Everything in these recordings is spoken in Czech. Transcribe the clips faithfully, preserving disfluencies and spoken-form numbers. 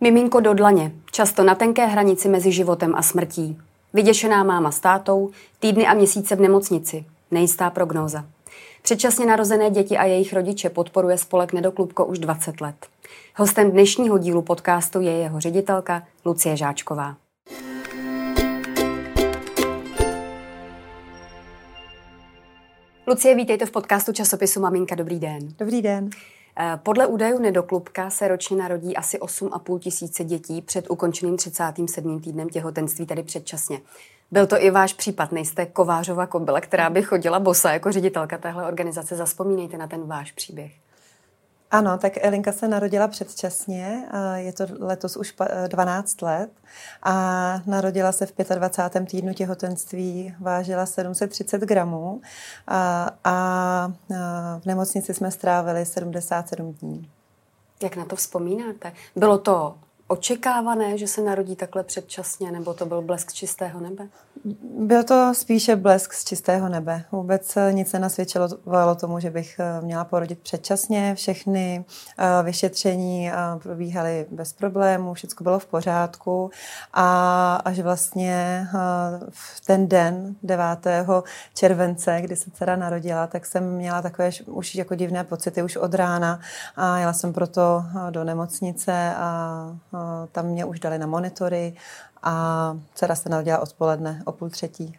Miminko do dlaně, často na tenké hranici mezi životem a smrtí. Vyděšená máma s tátou, týdny a měsíce v nemocnici, nejistá prognóza. Předčasně narozené děti a jejich rodiče podporuje spolek Nedoklubko už dvacet let. Hostem dnešního dílu podcastu je jeho ředitelka Lucie Žáčková. Lucie, vítejte v podcastu časopisu Maminka. Dobrý den. Dobrý den. Podle údajů Nedoklubka se ročně narodí asi osm a půl tisíce dětí před ukončeným třicátým sedmým týdnem těhotenství, tedy předčasně. Byl to i váš případ, nejste Kovářova kobyle, která by chodila bosa jako ředitelka téhle organizace. Zavzpomínejte na ten váš příběh. Ano, tak Elinka se narodila předčasně, je to letos už dvanáct let a narodila se v dvacátém pátém týdnu těhotenství, vážila sedm set třicet gramů a, a v nemocnici jsme strávili sedmdesát sedm dní. Jak na to vzpomínáte? Bylo to očekávané, že se narodí takhle předčasně, nebo to byl blesk z čistého nebe? Byl to spíše blesk z čistého nebe. Vůbec nic nenasvědčovalo tomu, že bych měla porodit předčasně. Všechny vyšetření probíhaly bez problémů, všechno bylo v pořádku a až vlastně v ten den devátého července, kdy se dcera narodila, tak jsem měla takové už jako divné pocity už od rána a jela jsem proto do nemocnice a tam mě už dali na monitory a dcera se narodila odpoledne o půl třetí.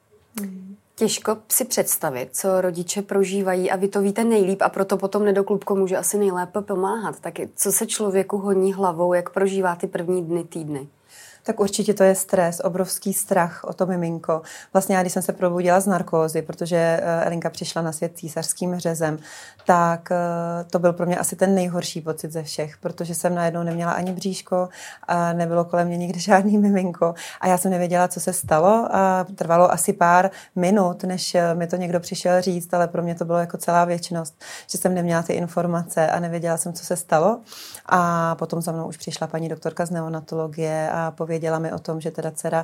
Těžko si představit, co rodiče prožívají a vy to víte nejlíp a proto potom Nedoklubko může asi nejlépe pomáhat. Tak co se člověku honí hlavou, jak prožívá ty první dny, týdny? Tak určitě to je stres, obrovský strach o to miminko. Vlastně já, když jsem se probudila z narkózy, protože Elinka přišla na svět císařským řezem, tak to byl pro mě asi ten nejhorší pocit ze všech, protože jsem najednou neměla ani bříško a nebylo kolem mě nikdy žádný miminko a já jsem nevěděla, co se stalo a trvalo asi pár minut, než mi to někdo přišel říct, ale pro mě to bylo jako celá věčnost, že jsem neměla ty informace a nevěděla jsem, co se stalo a potom za mnou už přišla paní doktorka z neonatologie a věděla mi o tom, že teda dcera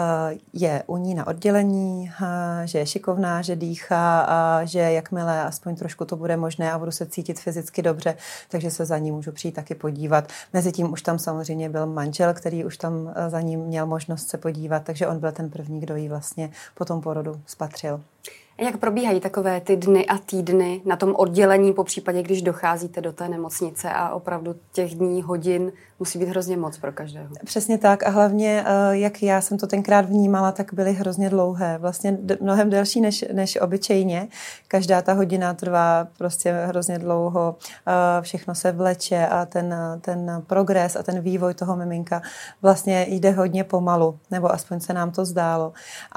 je u ní na oddělení, že je šikovná, že dýchá a že jakmile aspoň trošku to bude možné a budu se cítit fyzicky dobře, takže se za ní můžu přijít taky podívat. Mezitím už tam samozřejmě byl manžel, který už tam za ním měl možnost se podívat, takže on byl ten první, kdo ji vlastně po tom porodu spatřil. Jak probíhají takové ty dny a týdny na tom oddělení, po případě, když docházíte do té nemocnice a opravdu těch dní, hodin musí být hrozně moc pro každého? Přesně tak a hlavně, jak já jsem to tenkrát vnímala, tak byly hrozně dlouhé, vlastně mnohem delší než, než obyčejně. Každá ta hodina trvá prostě hrozně dlouho, všechno se vleče a ten, ten progres a ten vývoj toho miminka vlastně jde hodně pomalu, nebo aspoň se nám to zdálo.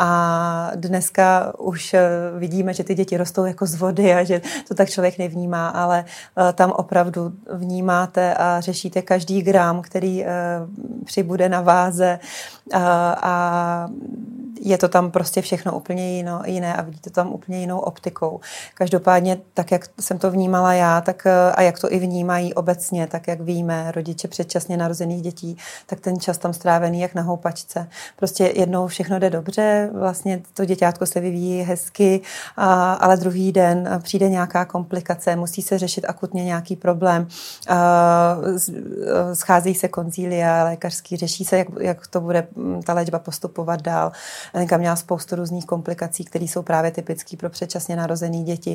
A dneska už vidíme, že ty děti rostou jako z vody a že to tak člověk nevnímá, ale tam opravdu vnímáte a řešíte každý gram, který přibude na váze a, a je to tam prostě všechno úplně jino, jiné a vidíte tam úplně jinou optikou. Každopádně, tak jak jsem to vnímala já, tak a jak to i vnímají obecně, tak jak víme rodiče předčasně narozených dětí, tak ten čas tam strávený jak na houpačce. Prostě jednou všechno jde dobře, vlastně to děťátko se vyvíjí hezky, a, ale druhý den přijde nějaká komplikace, musí se řešit akutně nějaký problém, a, schází se konzília lékařský, řeší se, jak, jak to bude ta léčba postupovat dál. Elinka měla spoustu různých komplikací, které jsou právě typické pro předčasně narozené děti.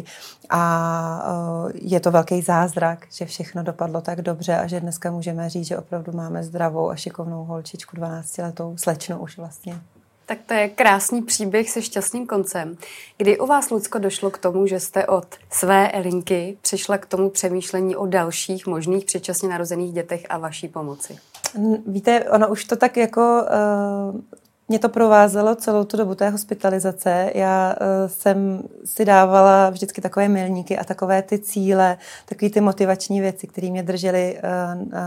A je to velký zázrak, že všechno dopadlo tak dobře a že dneska můžeme říct, že opravdu máme zdravou a šikovnou holčičku, dvanáctiletou slečnu už vlastně. Tak to je krásný příběh se šťastným koncem. Kdy u vás, Lucko, došlo k tomu, že jste od své Elinky přišla k tomu přemýšlení o dalších možných předčasně narozených dětech a vaší pomoci? Víte, ono už to tak jako... Uh... Mě to provázelo celou tu dobu té hospitalizace. Já uh, jsem si dávala vždycky takové milníky a takové ty cíle, takové ty motivační věci, které mě držely, uh, uh,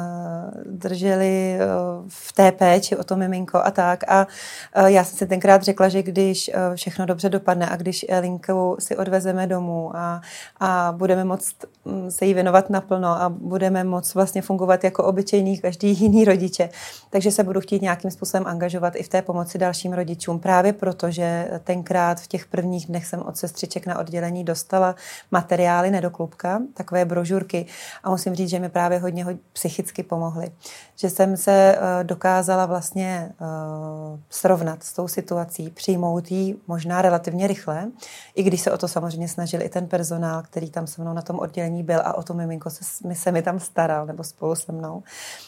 držely uh, v té péči o to miminko a tak. A uh, já jsem si tenkrát řekla, že když uh, všechno dobře dopadne a když Elinku si odvezeme domů a, a budeme moct um, se jí věnovat naplno a budeme moct vlastně fungovat jako obyčejný každý jiný rodiče, takže se budu chtít nějakým způsobem angažovat i v té pomoci pomoci dalším rodičům právě proto, že tenkrát v těch prvních dnech jsem od sestřiček na oddělení dostala materiály Nedoklubka, takové brožurky a musím říct, že mi právě hodně, hodně psychicky pomohly. Že jsem se dokázala vlastně srovnat s tou situací, přijmout ji možná relativně rychle, i když se o to samozřejmě snažil i ten personál, který tam se mnou na tom oddělení byl a o to miminko se, se mi tam staral, nebo spolu se mnou.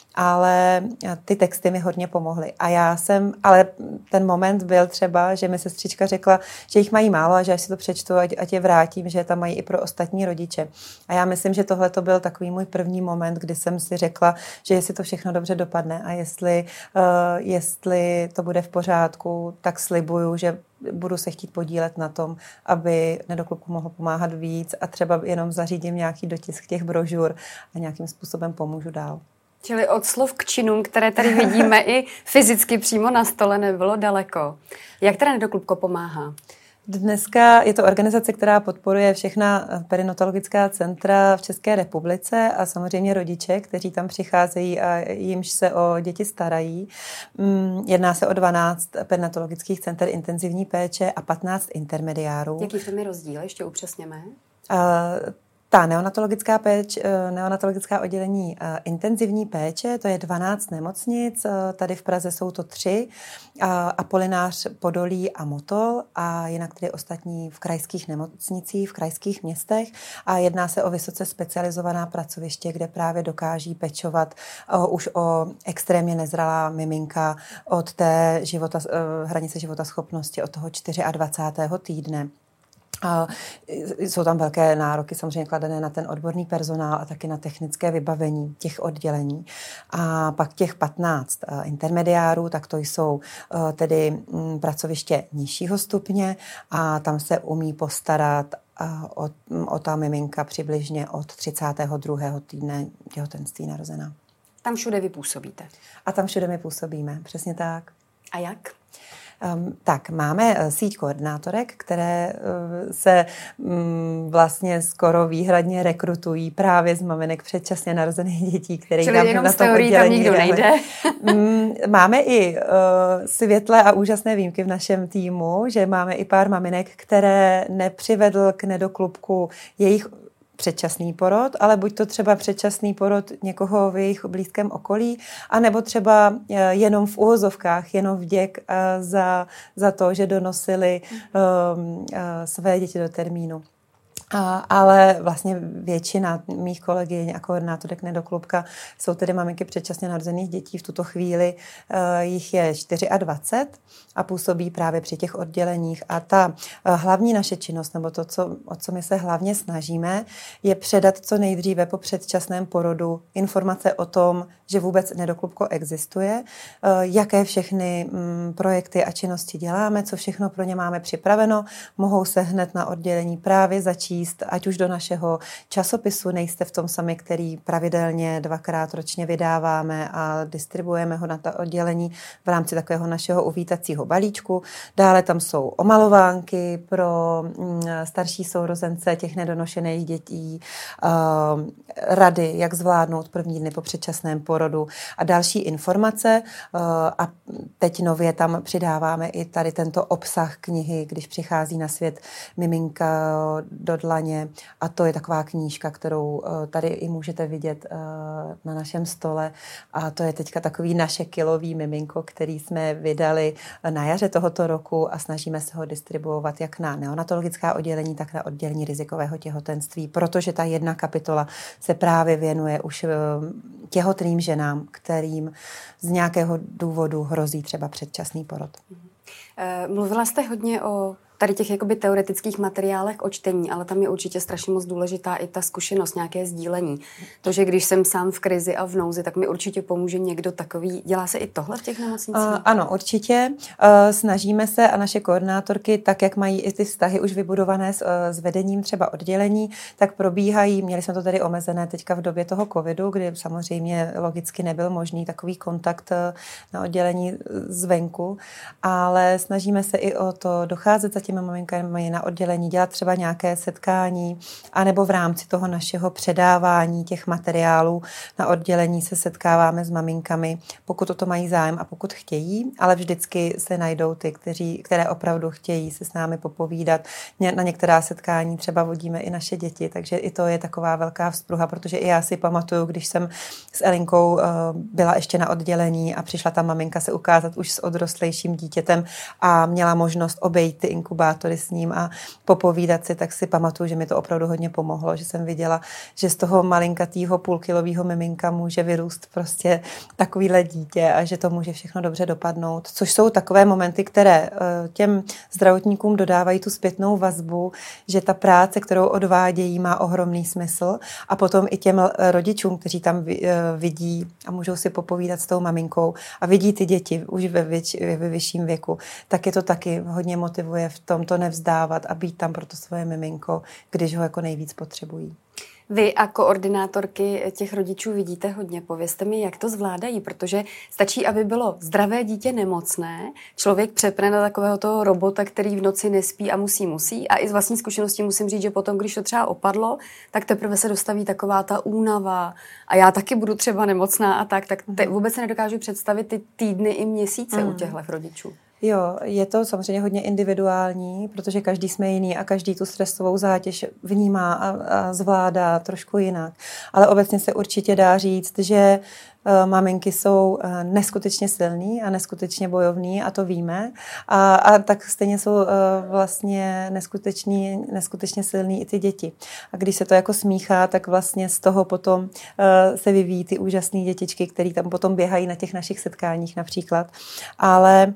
Ale ty texty mi hodně pomohly. A já jsem, ale ten moment byl třeba, že mi sestřička řekla, že jich mají málo a že až si to přečtu, ať, ať je vrátím, že je tam mají i pro ostatní rodiče. A já myslím, že tohle to byl takový můj první moment, kdy jsem si řekla, že jestli to všechno dobře dopadne a jestli, uh, jestli to bude v pořádku, tak slibuju, že budu se chtít podílet na tom, aby Nedoklubku mohl pomáhat víc a třeba jenom zařídím nějaký dotisk těch brožur a nějakým způsobem pomůžu dál. Čili od slov k činům, které tady vidíme i fyzicky přímo na stole, nebylo daleko. Jak teda Nedoklubko pomáhá? Dneska je to organizace, která podporuje všechna perinatologická centra v České republice a samozřejmě rodiče, kteří tam přicházejí a jimž se o děti starají. Jedná se o dvanáct perinatologických center intenzivní péče a patnáct intermediárů. Jaký v tom je rozdíl? Ještě upřesněme. Uh, Ta neonatologická péč, neonatologická oddělení intenzivní péče, to je dvanáct nemocnic, tady v Praze jsou to tři, Apolinář, Podolí a Motol a jinak tedy ostatní v krajských nemocnicích, v krajských městech a jedná se o vysoce specializovaná pracoviště, kde právě dokáží pečovat už o extrémně nezralá miminka od té života, hranice životaschopnosti, od toho dvacátého čtvrtého týdne. A jsou tam velké nároky samozřejmě kladené na ten odborný personál a taky na technické vybavení těch oddělení. A pak těch patnáct intermediárů, tak to jsou tedy pracoviště nižšího stupně a tam se umí postarat o, o ta miminka přibližně od třicátého druhého týdne těhotenství narozená. Tam všude vy působíte? A tam všude my působíme, přesně tak. A jak? Um, tak, máme síť koordinátorek, které uh, se um, vlastně skoro výhradně rekrutují právě z maminek předčasně narozených dětí, které Čili tam jenom na z tom teorií tam nikdo nejde. um, máme i uh, světlé a úžasné výjimky v našem týmu, že máme i pár maminek, které nepřivedl k Nedoklubku jejich předčasný porod, ale buď to třeba předčasný porod někoho v jejich blízkém okolí, anebo třeba jenom v uvozovkách, jenom vděk za, za to, že donosili um, své děti do termínu. A, ale vlastně většina mých kolegyň a koordinátorek Nedoklubka jsou tedy maminky předčasně narozených dětí. V tuto chvíli uh, jich je dvacet čtyři a působí právě při těch odděleních. A ta uh, hlavní naše činnost, nebo to, co, o co my se hlavně snažíme, je předat co nejdříve po předčasném porodu informace o tom, že vůbec Nedoklubko existuje, uh, jaké všechny um, projekty a činnosti děláme, co všechno pro ně máme připraveno. Mohou se hned na oddělení právě začít ať už do našeho časopisu, nejste v tom sami, který pravidelně dvakrát ročně vydáváme a distribuujeme ho na ta oddělení v rámci takového našeho uvítacího balíčku. Dále tam jsou omalovánky pro starší sourozence těch nedonošených dětí, rady, jak zvládnout první dny po předčasném porodu a další informace. A teď nově tam přidáváme i tady tento obsah knihy, když přichází na svět miminka do dlaně. A to je taková knížka, kterou tady i můžete vidět na našem stole. A to je teďka takový naše kilový miminko, který jsme vydali na jaře tohoto roku a snažíme se ho distribuovat jak na neonatologická oddělení, tak na oddělení rizikového těhotenství, protože ta jedna kapitola se právě věnuje už těhotným ženám, kterým z nějakého důvodu hrozí třeba předčasný porod. Mluvila jste hodně o tady těch jakoby teoretických materiálech o čtení, ale tam je určitě strašně moc důležitá i ta zkušenost, nějaké sdílení. To, že když jsem sám v krizi a v nouzi, tak mi určitě pomůže někdo takový. Dělá se i tohle v těch nemocnicích? Uh, ano, určitě. Uh, snažíme se a naše koordinátorky, tak jak mají i ty vztahy už vybudované s, uh, s vedením třeba oddělení, tak probíhají, měli jsme to tady omezené teďka v době toho covidu, kdy samozřejmě logicky nebyl možný takový kontakt uh, na oddělení zvenku, ale snažíme se i o to docházet za těmi těmi maminkami na oddělení, dělat třeba nějaké setkání, anebo v rámci toho našeho předávání těch materiálů na oddělení se setkáváme s maminkami, pokud o to mají zájem a pokud chtějí, ale vždycky se najdou ty, kteří, které opravdu chtějí se s námi popovídat. Na některá setkání třeba vodíme i naše děti, takže i to je taková velká vzpruha, protože i já si pamatuju, když jsem s Elinkou uh, byla ještě na oddělení a přišla ta maminka se ukázat už s odrostlejším dítětem a měla možnost obejít ty inkubátory s ním a popovídat si, tak si pamatuju, že mi to opravdu hodně pomohlo, že jsem viděla, že z toho malinkatýho půlkilového miminka může vyrůst prostě takovýhle dítě a že to může všechno dobře dopadnout, což jsou takové momenty, které těm zdravotníkům dodávají tu zpětnou vazbu, že ta práce, kterou odvádějí, má ohromný smysl a potom i těm rodičům, kteří tam vidí a můžou si popovídat s tou maminkou a vidí ty děti už ve, věč, ve vyšším věku, tak je to taky hodně motivuje v tom to nevzdávat a být tam pro to svoje miminko, když ho jako nejvíc potřebují. Vy a koordinátorky těch rodičů vidíte hodně. Povězte mi, jak to zvládají, protože stačí, aby bylo zdravé dítě nemocné, člověk přepne na takového toho robota, který v noci nespí a musí, musí. A i z vlastní zkušenosti musím říct, že potom, když to třeba opadlo, tak teprve se dostaví taková ta únava a já taky budu třeba nemocná a tak, tak te, vůbec se nedokážu představit ty týdny i měsíce mm. u těchto rodičů. Jo, je to samozřejmě hodně individuální, protože každý jsme jiný a každý tu stresovou zátěž vnímá a, a zvládá trošku jinak. Ale obecně se určitě dá říct, že maminky jsou neskutečně silný a neskutečně bojovný a to víme. A, a tak stejně jsou vlastně neskutečně, neskutečně silný i ty děti. A když se to jako smíchá, tak vlastně z toho potom se vyvíjí ty úžasné dětičky, které tam potom běhají na těch našich setkáních například. Ale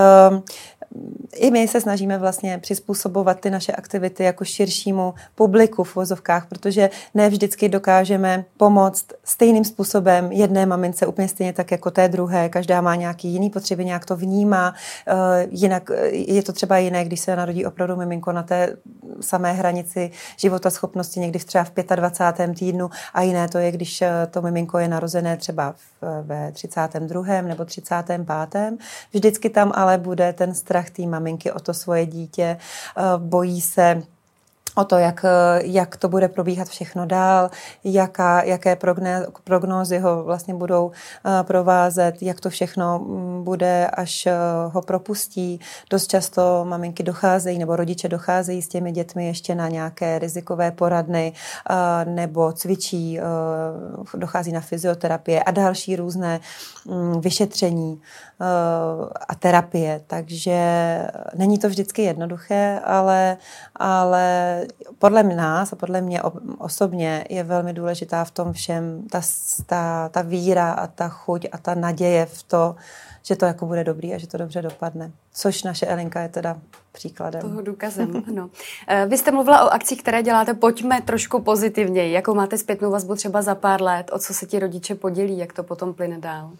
i my se snažíme vlastně přizpůsobovat ty naše aktivity jako širšímu publiku v vozovkách, protože ne vždycky dokážeme pomoct stejným způsobem jedné mamince úplně stejně tak jako té druhé. Každá má nějaký jiný potřeby, nějak to vnímá. Jinak je to třeba jiné, když se narodí opravdu miminko na té samé hranici životaschopnosti, někdy třeba v dvacátém pátém týdnu a jiné to je, když to miminko je narozené třeba ve třicátém druhém nebo třicátém pátém Vždycky tam ale bude ten strach té maminky o to svoje dítě, bojí se o to, jak, jak to bude probíhat všechno dál, jaká, jaké progné, prognózy ho vlastně budou uh, provázet, jak to všechno bude, až uh, ho propustí. Dost často maminky docházejí nebo rodiče docházejí s těmi dětmi ještě na nějaké rizikové poradny uh, nebo cvičí, uh, dochází na fyzioterapie a další různé um, vyšetření uh, a terapie. Takže není to vždycky jednoduché, ale, ale podle nás a podle mě osobně je velmi důležitá v tom všem ta, ta, ta víra a ta chuť a ta naděje v to, že to jako bude dobrý a že to dobře dopadne. Což naše Elinka je teda příkladem. Toho důkazem, ano. Vy jste mluvila o akcích, které děláte. Pojďme trošku pozitivněji. Jakou máte zpětnou vazbu třeba za pár let? O co se ti rodiče podělí? Jak to potom plyne dál?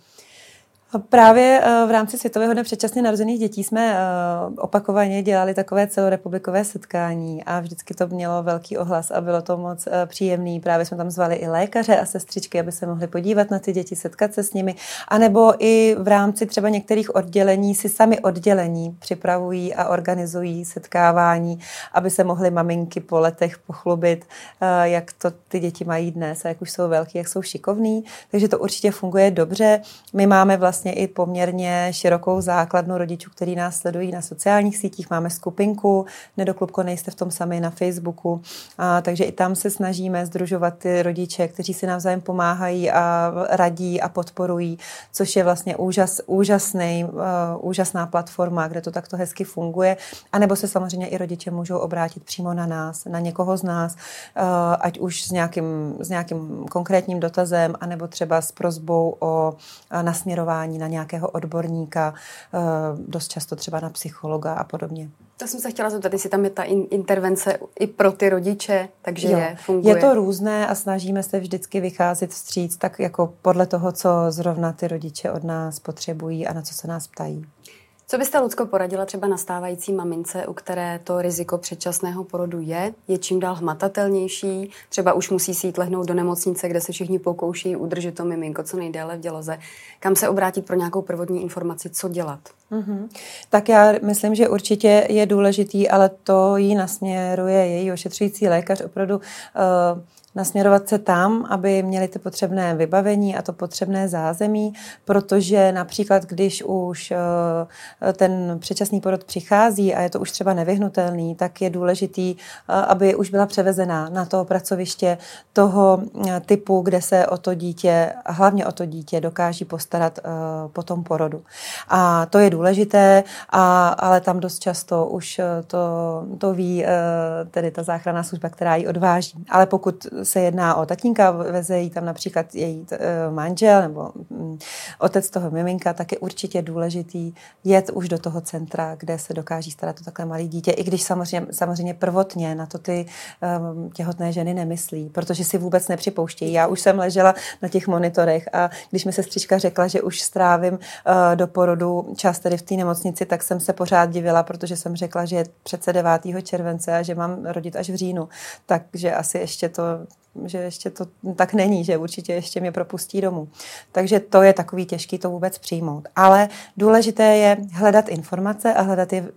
Právě v rámci Světového dne předčasně narozených dětí jsme opakovaně dělali takové celorepublikové setkání a vždycky to mělo velký ohlas a bylo to moc příjemný. Právě jsme tam zvali i lékaře a sestřičky, aby se mohli podívat na ty děti, setkat se s nimi. A nebo i v rámci třeba některých oddělení si sami oddělení připravují a organizují setkávání, aby se mohly maminky po letech pochlubit, jak to ty děti mají dnes a jak už jsou velký, jak jsou šikovný. Takže to určitě funguje dobře. My máme vlastně Vlastně i poměrně širokou základnu rodičů, kteří nás sledují na sociálních sítích. Máme skupinku Nedoklubko, nejste v tom sami na Facebooku. A, takže i tam se snažíme sdružovat ty rodiče, kteří si navzájem pomáhají a radí a podporují, což je vlastně úžas, úžasný, uh, úžasná platforma, kde to takto hezky funguje. A nebo se samozřejmě i rodiče můžou obrátit přímo na nás, na někoho z nás, uh, ať už s nějakým, s nějakým konkrétním dotazem, anebo třeba s prosbou o uh, nasměrování na nějakého odborníka, dost často třeba na psychologa a podobně. To jsem se chtěla zeptat, jestli tam je ta intervence i pro ty rodiče, takže jo, je, funguje. Je to různé a snažíme se vždycky vycházet vstříc tak jako podle toho, co zrovna ty rodiče od nás potřebují a na co se nás ptají. Co byste, Lucko, poradila třeba nastávající mamince, u které to riziko předčasného porodu je, je čím dál hmatatelnější, třeba už musí si jít lehnout do nemocnice, kde se všichni pokouší udržet to miminko co nejdéle v děloze. Kam se obrátit pro nějakou prvotní informaci, co dělat? Mm-hmm. Tak já myslím, že určitě je důležitý, ale to jí nasměruje její ošetřující lékař opravdu uh, nasměrovat se tam, aby měli ty potřebné vybavení a to potřebné zázemí, protože například, když už ten předčasný porod přichází a je to už třeba nevyhnutelný, tak je důležitý, aby už byla převezená na to pracoviště toho typu, kde se o to dítě, hlavně o to dítě, dokáží postarat po tom porodu. A to je důležité, a, ale tam dost často už to, to ví tedy ta záchranná služba, která ji odváží. Ale pokud se jedná o tatínka, veze jí tam například její manžel nebo otec toho miminka, tak je určitě důležitý jet už do toho centra, kde se dokáží starat o takhle malé dítě, i když samozřejmě, samozřejmě prvotně na to ty um, těhotné ženy nemyslí, protože si vůbec nepřipouštějí. Já už jsem ležela na těch monitorech a když mi sestřička řekla, že už strávím uh, do porodu čas tedy v té nemocnici, tak jsem se pořád divila, protože jsem řekla, že je přece devátého července a že mám rodit až v říjnu. Takže asi ještě to že ještě to tak není, že určitě ještě mě propustí domů. Takže to je takový těžký to vůbec přijmout. Ale důležité je hledat informace a hledat je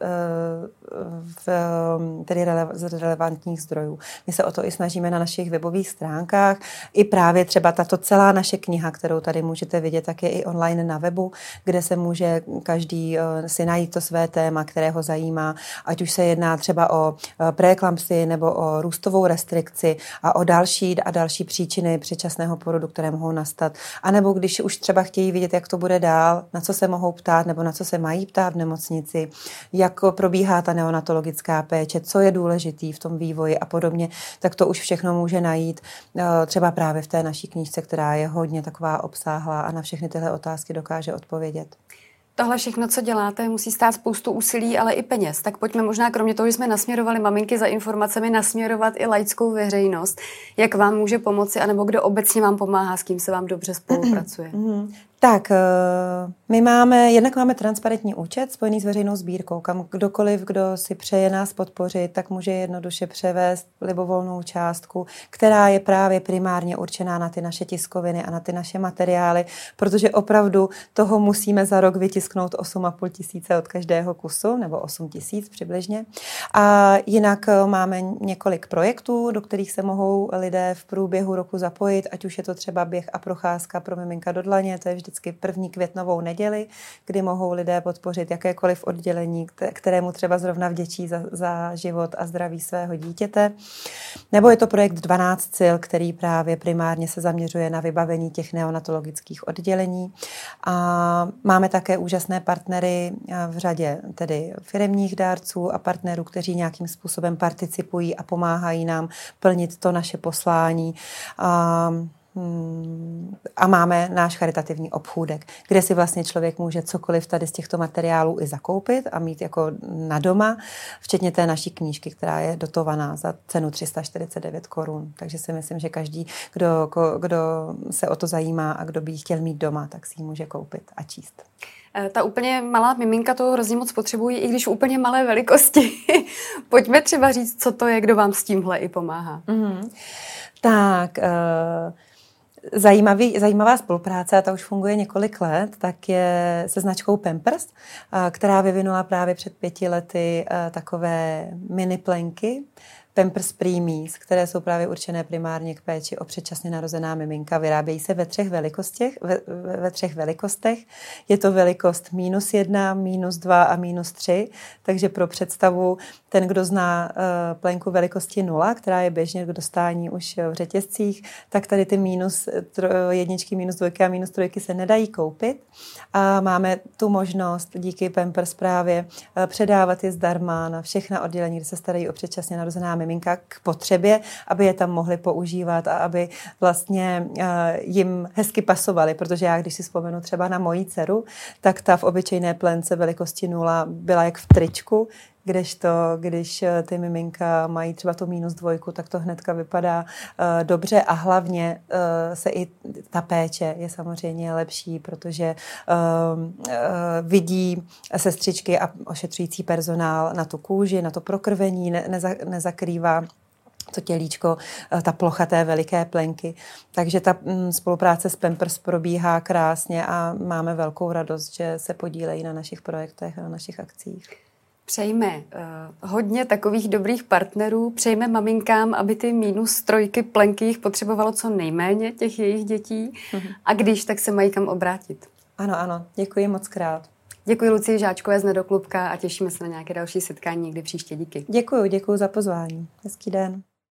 v, tedy z relevantních zdrojů. My se o to i snažíme na našich webových stránkách. I právě třeba tato celá naše kniha, kterou tady můžete vidět, tak je i online na webu, kde se může každý si najít to své téma, které ho zajímá, ať už se jedná třeba o preeklampsii nebo o růstovou restrikci a o další a další příčiny předčasného porodu, které mohou nastat. A nebo když už třeba chtějí vidět, jak to bude dál, na co se mohou ptát nebo na co se mají ptát v nemocnici, jak probíhá ta neonatologická péče, co je důležitý v tom vývoji a podobně, tak to už všechno může najít třeba právě v té naší knížce, která je hodně taková obsáhlá a na všechny tyhle otázky dokáže odpovědět. Tohle všechno, co děláte, musí stát spoustu úsilí, ale i peněz. Tak pojďme možná, kromě toho, že jsme nasměrovali maminky za informacemi, nasměrovat i laickou veřejnost. Jak vám může pomoci, anebo kdo obecně vám pomáhá, s kým se vám dobře spolupracuje? Tak, my máme, jednak máme transparentní účet spojený s veřejnou sbírkou, kam kdokoliv, kdo si přeje nás podpořit, tak může jednoduše převést libovolnou částku, která je právě primárně určená na ty naše tiskoviny a na ty naše materiály, protože opravdu toho musíme za rok vytisknout osm a půl tisíce od každého kusu, nebo osm tisíc přibližně. A jinak máme několik projektů, do kterých se mohou lidé v průběhu roku zapojit, ať už je to třeba běh a procházka pro miminka do dlaně, to je vždy vždycky první květnovou neděli, kdy mohou lidé podpořit jakékoliv oddělení, kterému třeba zrovna vděčí za, za život a zdraví svého dítěte. Nebo je to projekt dvanáct sil, který právě primárně se zaměřuje na vybavení těch neonatologických oddělení. A máme také úžasné partnery v řadě tedy firemních dárců a partnerů, kteří nějakým způsobem participují a pomáhají nám plnit to naše poslání. A A máme náš charitativní obchůdek, kde si vlastně člověk může cokoliv tady z těchto materiálů i zakoupit a mít jako na doma, včetně té naší knížky, která je dotovaná za cenu tři sta čtyřicet devět korun. Takže si myslím, že každý, kdo, kdo se o to zajímá a kdo by ji chtěl mít doma, tak si ji může koupit a číst. Ta úplně malá miminka toho hrozně moc potřebují, i když v úplně malé velikosti. Pojďme třeba říct, co to je, kdo vám s tímhle i pomáhá. Mm-hmm. Tak... Uh... Zajímavý, zajímavá spolupráce, a ta už funguje několik let, tak je se značkou Pampers, která vyvinula právě před pěti lety takové mini plenky, Pampers Preemies, které jsou právě určené primárně k péči o předčasně narozená miminka. Vyrábějí se ve třech velikostech. Ve, ve třech velikostech. Je to velikost minus jedna, minus dva a minus tři. Takže pro představu, ten, kdo zná uh, plenku velikosti nula, která je běžně k dostání už v řetězcích, tak tady ty minus tro, jedničky, minus dvojky a minus trojky se nedají koupit. A máme tu možnost díky Pampers právě uh, předávat je zdarma na všechna oddělení, kde se starají o předčasně narozená miminka k potřebě, aby je tam mohli používat a aby vlastně uh, jim hezky pasovaly, protože já, když si vzpomenu třeba na moji dceru, tak ta v obyčejné plence velikosti nula byla jak v tričku, Kdežto, když ty miminka mají třeba to minus dvojku, tak to hnedka vypadá uh, dobře a hlavně uh, se i ta péče je samozřejmě lepší, protože uh, uh, vidí sestřičky a ošetřující personál na tu kůži, na to prokrvení, ne, neza, nezakrývá to tělíčko, ta plocha té veliké plenky. Takže ta mm, spolupráce s Pampers probíhá krásně a máme velkou radost, že se podílejí na našich projektech a na našich akcích. Přejme uh, hodně takových dobrých partnerů, přejme maminkám, aby ty minus trojky plenky jich potřebovalo co nejméně, těch jejich dětí, mm-hmm. a když, tak se mají kam obrátit. Ano, ano, děkuji moc krát. Děkuji Lucii Žáčkové z Nedoklubka a těšíme se na nějaké další setkání někdy příště. Díky. Děkuji, děkuji za pozvání. Hezký den.